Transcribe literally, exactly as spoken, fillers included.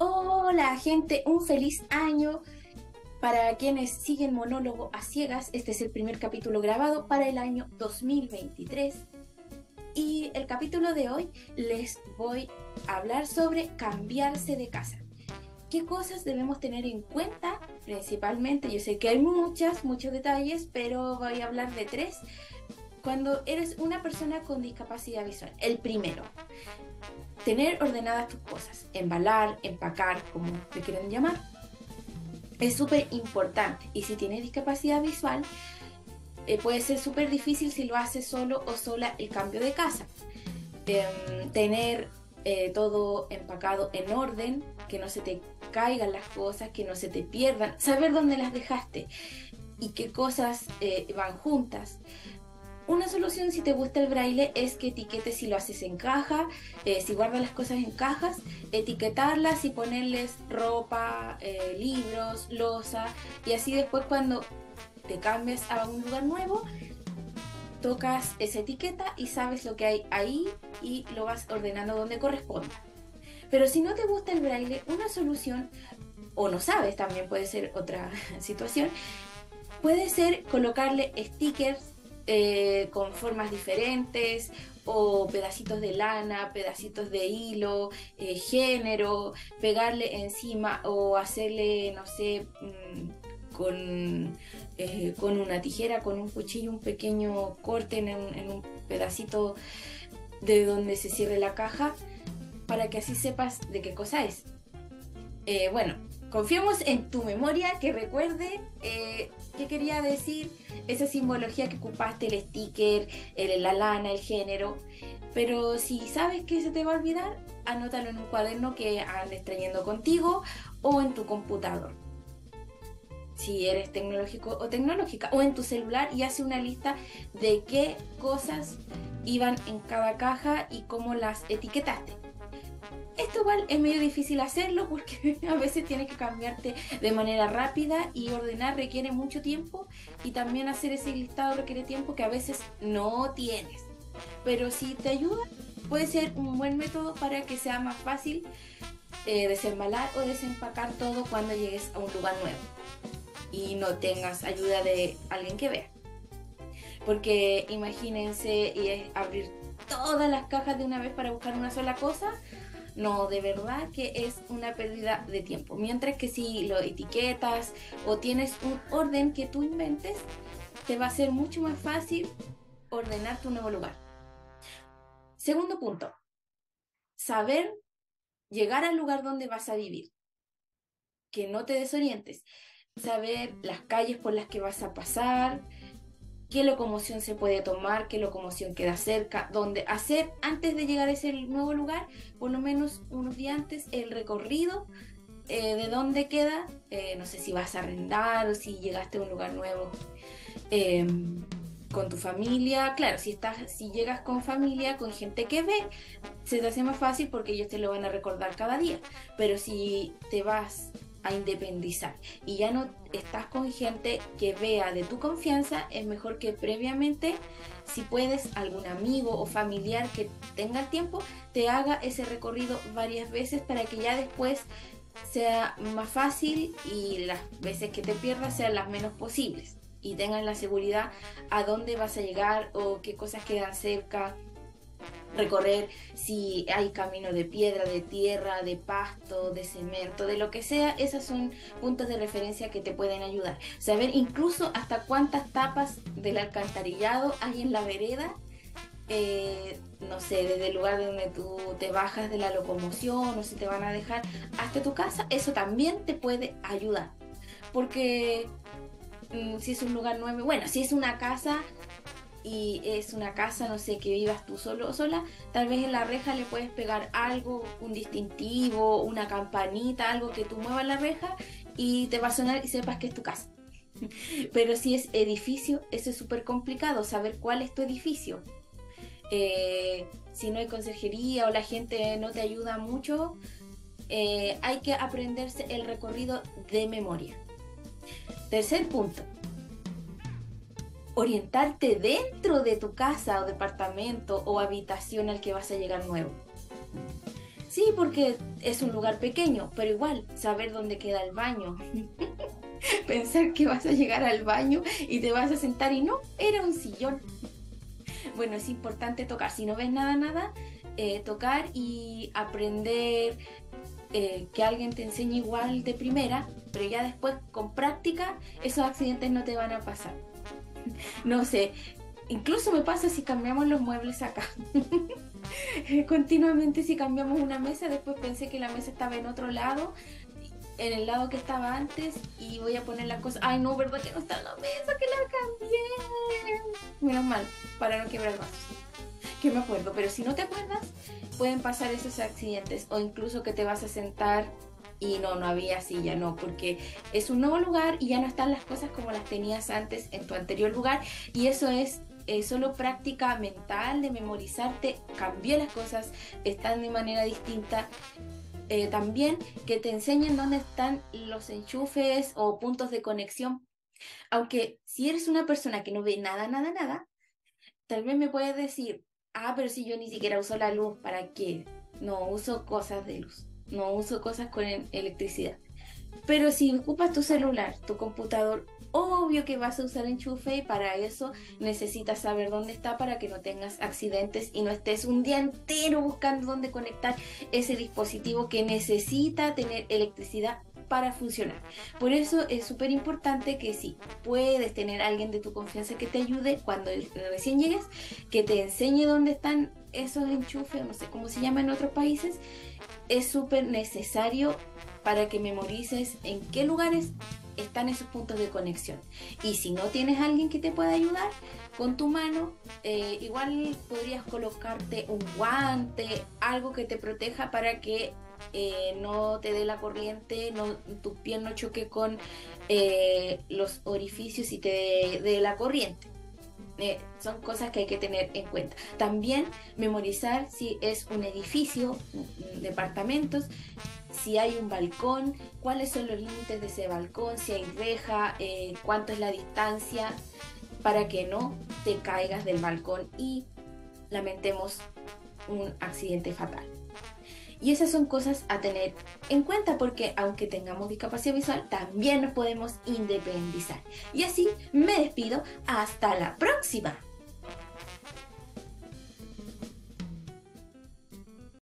Hola gente, un feliz año para quienes siguen Monólogo a Ciegas. Este es el primer capítulo grabado para el año dos mil veintitrés y el capítulo de hoy les voy a hablar sobre cambiarse de casa. ¿Qué cosas debemos tener en cuenta? Principalmente, yo sé que hay muchas, muchos detalles, pero voy a hablar de tres. Cuando eres una persona con discapacidad visual, el primero, tener ordenadas tus cosas, embalar, empacar, como te quieren llamar, es súper importante. Y si tienes discapacidad visual, eh, puede ser súper difícil si lo haces solo o sola el cambio de casa. Eh, tener eh, todo empacado en orden, que no se te caigan las cosas, que no se te pierdan, saber dónde las dejaste y qué cosas eh, van juntas. Una solución, si te gusta el braille, es que etiquetes si lo haces en caja, eh, si guardas las cosas en cajas, etiquetarlas y ponerles ropa, eh, libros, loza, y así después cuando te cambias a un lugar nuevo, tocas esa etiqueta y sabes lo que hay ahí y lo vas ordenando donde corresponda. Pero si no te gusta el braille, una solución, o no sabes, también puede ser otra situación, puede ser colocarle stickers eh, con formas diferentes o pedacitos de lana, pedacitos de hilo, eh, género, pegarle encima o hacerle, no sé, mmm, con, eh, con una tijera, con un cuchillo, un pequeño corte en un, en un pedacito de donde se cierre la caja para que así sepas de qué cosa es. Eh, bueno, confiemos en tu memoria que recuerde eh, qué quería decir esa simbología que ocupaste, el sticker, el, la lana, el género. Pero si sabes que se te va a olvidar, anótalo en un cuaderno que andes trayendo contigo o en tu computador, si eres tecnológico o tecnológica, o en tu celular, y hace una lista de qué cosas iban en cada caja y cómo las etiquetaste. Esto igual es medio difícil hacerlo porque a veces tienes que cambiarte de manera rápida y ordenar requiere mucho tiempo, y también hacer ese listado requiere tiempo que a veces no tienes. Pero si te ayuda, puede ser un buen método para que sea más fácil eh, desembalar o desempacar todo cuando llegues a un lugar nuevo y no tengas ayuda de alguien que vea. Porque imagínense y es abrir todas las cajas de una vez para buscar una sola cosa. No, de verdad que es una pérdida de tiempo. Mientras que si lo etiquetas o tienes un orden que tú inventes, te va a ser mucho más fácil ordenar tu nuevo lugar. Segundo punto, saber llegar al lugar donde vas a vivir, que no te desorientes, saber las calles por las que vas a pasar, qué locomoción se puede tomar, qué locomoción queda cerca, dónde hacer antes de llegar a ese nuevo lugar, por lo menos unos días antes, el recorrido eh, de dónde queda, eh, no sé si vas a arrendar o si llegaste a un lugar nuevo eh, con tu familia. Claro, si, estás, si llegas con familia, con gente que ve, se te hace más fácil porque ellos te lo van a recordar cada día. Pero si te vas a independizar y ya no estás con gente que vea de tu confianza, es mejor que previamente, si puedes, algún amigo o familiar que tenga el tiempo, te haga ese recorrido varias veces para que ya después sea más fácil y las veces que te pierdas sean las menos posibles y tengan la seguridad a dónde vas a llegar o qué cosas quedan cerca, recorrer si hay camino de piedra, de tierra, de pasto, de cemento, de lo que sea. Esos son puntos de referencia que te pueden ayudar. Saber incluso hasta cuántas tapas del alcantarillado hay en la vereda. Eh, no sé, desde el lugar donde tú te bajas de la locomoción o si te van a dejar hasta tu casa, eso también te puede ayudar. Porque mm, si es un lugar nuevo, bueno, si es una casa y es una casa, no sé, que vivas tú solo o sola, tal vez en la reja le puedes pegar algo, un distintivo, una campanita, algo que tú muevas la reja y te va a sonar y sepas que es tu casa. Pero si es edificio, eso es súper complicado, saber cuál es tu edificio. Eh, si no hay conserjería o la gente no te ayuda mucho, eh, hay que aprenderse el recorrido de memoria. Tercer punto, orientarte dentro de tu casa o departamento o habitación al que vas a llegar nuevo. Sí, porque es un lugar pequeño, pero igual, saber dónde queda el baño. Pensar que vas a llegar al baño y te vas a sentar y no, era un sillón. Bueno, es importante tocar. Si no ves nada, nada, eh, tocar y aprender, eh, que alguien te enseñe igual de primera, pero ya después con práctica esos accidentes no te van a pasar. No sé, incluso me pasa si cambiamos los muebles acá. Continuamente si cambiamos una mesa, después pensé que la mesa estaba en otro lado, en el lado que estaba antes, y voy a poner las cosas. Ay, no, ¿verdad que no está en la mesa? Que la cambié. Menos mal, para no quebrar vasos. Que me acuerdo, pero si no te acuerdas, pueden pasar esos accidentes, o incluso que te vas a sentar y no, no había silla, no, porque es un nuevo lugar y ya no están las cosas como las tenías antes en tu anterior lugar, y eso es eh, solo práctica mental de memorizarte, cambió las cosas, están de manera distinta. Eh, también que te enseñen dónde están los enchufes o puntos de conexión, aunque si eres una persona que no ve nada, nada, nada, tal vez me puedes decir, ah, pero si yo ni siquiera uso la luz, ¿para qué? No uso cosas de luz, no uso cosas con e- electricidad. Pero si ocupas tu celular, tu computador, obvio que vas a usar enchufe, y para eso necesitas saber dónde está para que no tengas accidentes y no estés un día entero buscando dónde conectar ese dispositivo que necesita tener electricidad para funcionar. Por eso es súper importante que si puedes tener a alguien de tu confianza que te ayude cuando recién llegues, que te enseñe dónde están esos enchufes, no sé cómo se llama en otros países, es súper necesario para que memorices en qué lugares están esos puntos de conexión. Y si no tienes a alguien que te pueda ayudar, con tu mano, eh, igual podrías colocarte un guante, algo que te proteja para que eh, no te dé la corriente, no, tu piel no choque con eh, los orificios y te dé la corriente. Eh, son cosas que hay que tener en cuenta. También memorizar si es un edificio, departamentos, si hay un balcón, cuáles son los límites de ese balcón, si hay reja, eh, cuánto es la distancia, para que no te caigas del balcón y lamentemos un accidente fatal. Y esas son cosas a tener en cuenta porque aunque tengamos discapacidad visual, también nos podemos independizar. Y así me despido. Hasta la próxima.